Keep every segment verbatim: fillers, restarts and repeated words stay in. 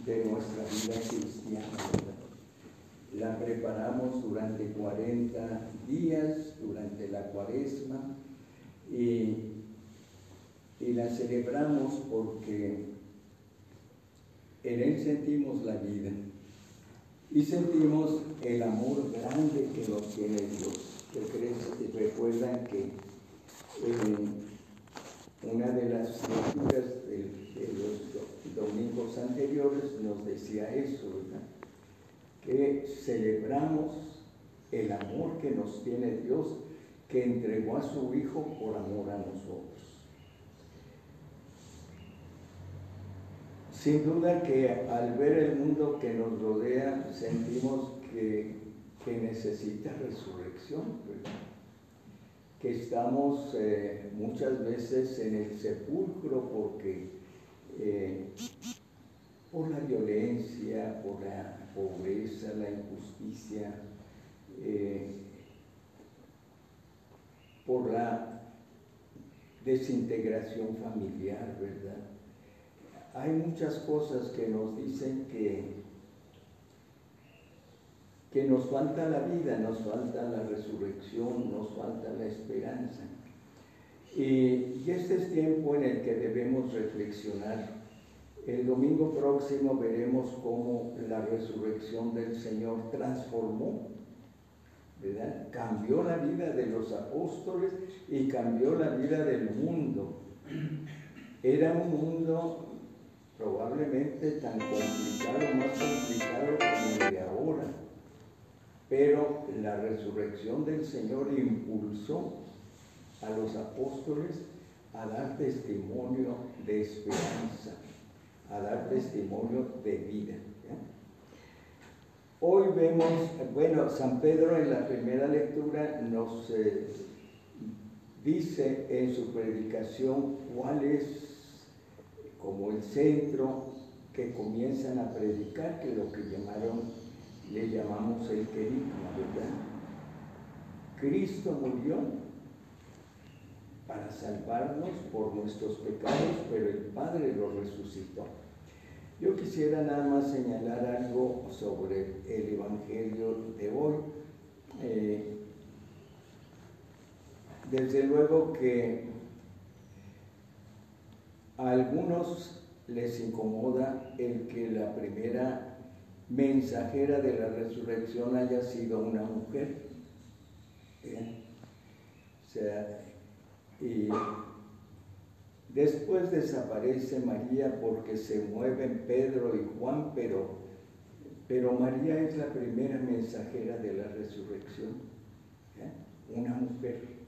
de nuestra vida cristiana, ¿verdad? La preparamos durante cuarenta días, durante la Cuaresma, y, y la celebramos porque en él sentimos la vida y sentimos el amor grande que nos tiene Dios. Recuerdan que eh, una de las lecturas de, de los domingos anteriores nos decía eso, ¿verdad? Que celebramos el amor que nos tiene Dios, que entregó a su Hijo por amor a nosotros. Sin duda que al ver el mundo que nos rodea, sentimos que, que necesita resurrección, ¿verdad? Que estamos eh, muchas veces en el sepulcro porque eh, por la violencia, por la pobreza, la injusticia, eh, por la desintegración familiar, ¿verdad? Hay muchas cosas que nos dicen que, que nos falta la vida, nos falta la resurrección, nos falta la esperanza. Y, y este es tiempo en el que debemos reflexionar. El domingo próximo veremos cómo la resurrección del Señor transformó, ¿verdad? Cambió la vida de los apóstoles y cambió la vida del mundo. Era un mundo probablemente tan complicado, más complicado como el de ahora, pero la resurrección del Señor impulsó a los apóstoles a dar testimonio de esperanza, a dar testimonio de vida. ¿Ya? Hoy vemos, bueno, San Pedro en la primera lectura nos eh, dice en su predicación cuál es como el centro que comienzan a predicar, que lo que llamaron, le llamamos el querigma, ¿verdad? Cristo murió para salvarnos por nuestros pecados, pero el Padre lo resucitó. Yo quisiera nada más señalar algo sobre el Evangelio de hoy. Eh, desde luego que a algunos les incomoda el que la primera mensajera de la resurrección haya sido una mujer. ¿Eh? O sea, y después desaparece María porque se mueven Pedro y Juan, pero, pero María es la primera mensajera de la resurrección. ¿Eh? Una mujer.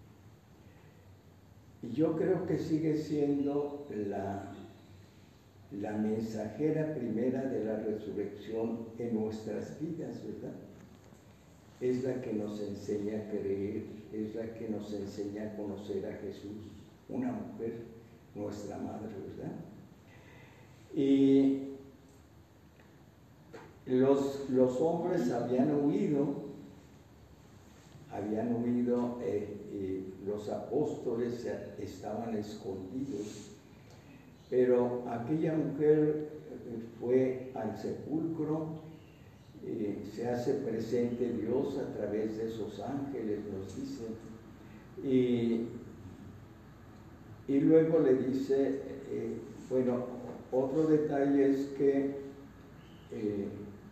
Y yo creo que sigue siendo la, la mensajera primera de la resurrección en nuestras vidas, ¿verdad? Es la que nos enseña a creer, es la que nos enseña a conocer a Jesús, una mujer, nuestra madre, ¿verdad? Y los, los hombres habían huido, habían huido, eh, eh, los apóstoles estaban escondidos, pero aquella mujer fue al sepulcro, eh, se hace presente Dios a través de esos ángeles, nos dice, y, y luego le dice, eh, bueno, otro detalle es que eh,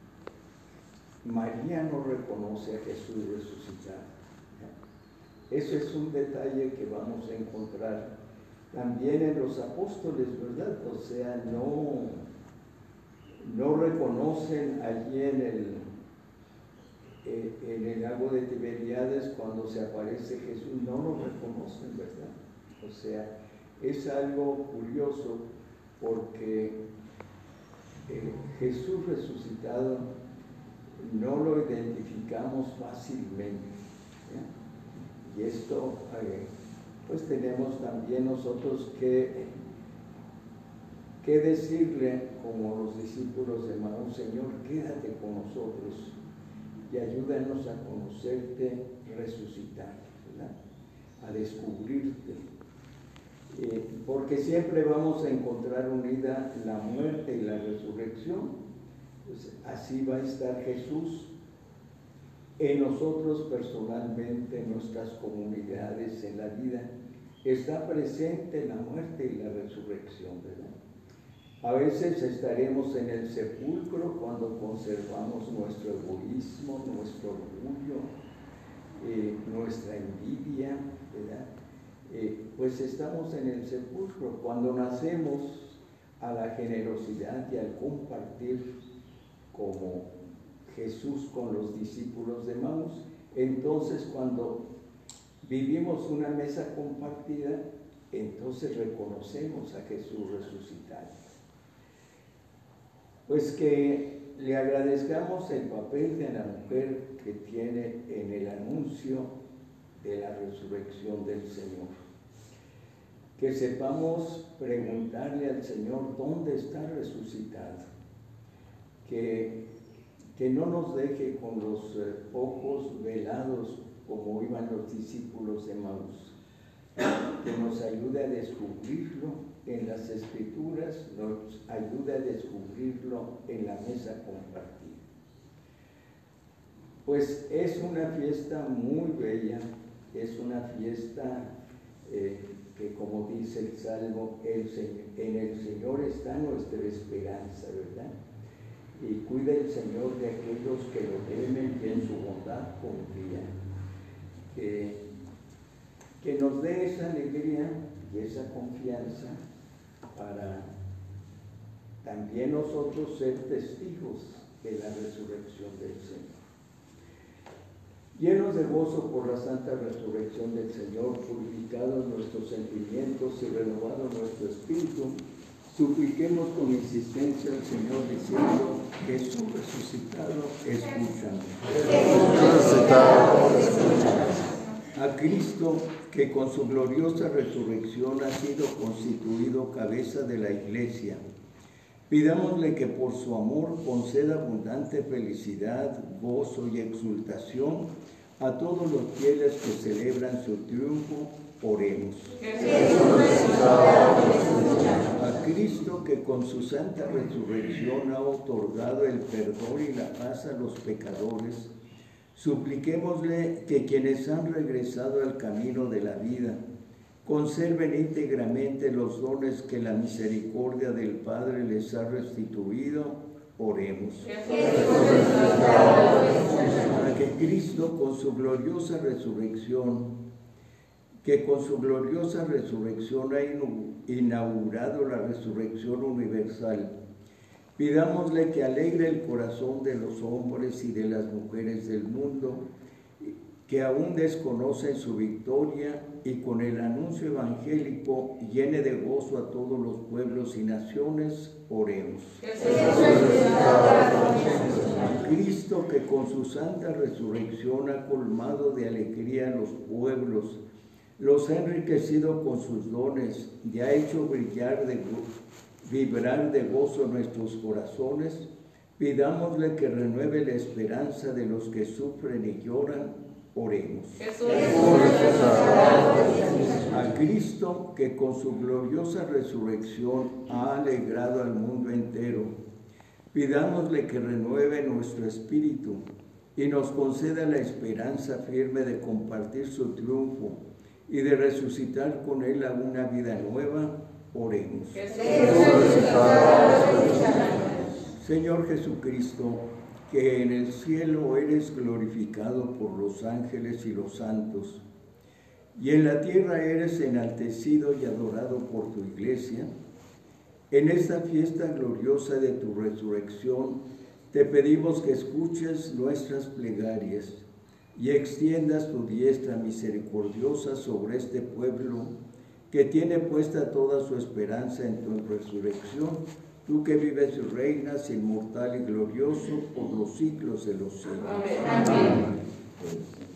María no reconoce a Jesús resucitado. Eso es un detalle que vamos a encontrar también en los apóstoles, ¿verdad? O sea, no, no reconocen allí en el, eh, en el lago de Tiberíades cuando se aparece Jesús, no lo reconocen, ¿verdad? O sea, es algo curioso porque eh, Jesús resucitado no lo identificamos fácilmente. ¿Ya? Y esto, eh, pues tenemos también nosotros que, que decirle, como los discípulos de Maús, Señor, quédate con nosotros y ayúdanos a conocerte resucitar, ¿verdad? A descubrirte. Eh, porque siempre vamos a encontrar unida la muerte y la resurrección resurrección, pues así va a estar Jesús en nosotros personalmente, en nuestras comunidades, en la vida. Está presente la muerte y la resurrección, ¿verdad? A veces estaremos en el sepulcro cuando conservamos nuestro egoísmo, nuestro orgullo, eh, nuestra envidia, ¿verdad? Eh, pues estamos en el sepulcro. Cuando nacemos a la generosidad y al compartir como Jesús con los discípulos de Maús, entonces cuando vivimos una mesa compartida, entonces reconocemos a Jesús resucitado. Pues que le agradezcamos el papel de la mujer que tiene en el anuncio de la resurrección del Señor. Que sepamos preguntarle al Señor dónde está resucitado. Que, que no nos deje con los eh, ojos velados como iban los discípulos de Maús. Que nos ayude a descubrirlo en las Escrituras, nos ayude a descubrirlo en la mesa compartida. Pues es una fiesta muy bella, es una fiesta eh, que, como dice el Salmo, el Señor, en el Señor está nuestra esperanza, ¿verdad? Y cuida el Señor de aquellos que lo temen y en su bondad confían. Que, que nos dé esa alegría y esa confianza para también nosotros ser testigos de la resurrección del Señor. Llenos de gozo por la santa resurrección del Señor, purificados nuestros sentimientos y renovado nuestro espíritu, supliquemos con insistencia al Señor diciendo: Jesús resucitado, escúchame. A Cristo, que con su gloriosa resurrección ha sido constituido cabeza de la Iglesia, pidámosle que por su amor conceda abundante felicidad, gozo y exultación a todos los fieles que celebran su triunfo. Oremos. A Cristo, que con su santa resurrección ha otorgado el perdón y la paz a los pecadores, supliquémosle que quienes han regresado al camino de la vida conserven íntegramente los dones que la misericordia del Padre les ha restituido. Oremos. Para que Cristo, con su gloriosa resurrección, que con su gloriosa resurrección ha inaugurado la resurrección universal, pidámosle que alegre el corazón de los hombres y de las mujeres del mundo, que aún desconocen su victoria, y con el anuncio evangélico llene de gozo a todos los pueblos y naciones. Oremos. A Cristo, que con su santa resurrección ha colmado de alegría a los pueblos, los ha enriquecido con sus dones y ha hecho brillar de vibrar de gozo nuestros corazones, pidámosle que renueve la esperanza de los que sufren y lloran. Oremos. A Cristo, que con su gloriosa resurrección ha alegrado al mundo entero, pidámosle que renueve nuestro espíritu y nos conceda la esperanza firme de compartir su triunfo y de resucitar con él a una vida nueva. Oremos. Señor Jesucristo, que en el cielo eres glorificado por los ángeles y los santos, y en la tierra eres enaltecido y adorado por tu iglesia, en esta fiesta gloriosa de tu resurrección, te pedimos que escuches nuestras plegarias y extiendas tu diestra misericordiosa sobre este pueblo que tiene puesta toda su esperanza en tu resurrección, tú que vives y reinas inmortal y glorioso por los siglos de los siglos. Amén. Amén.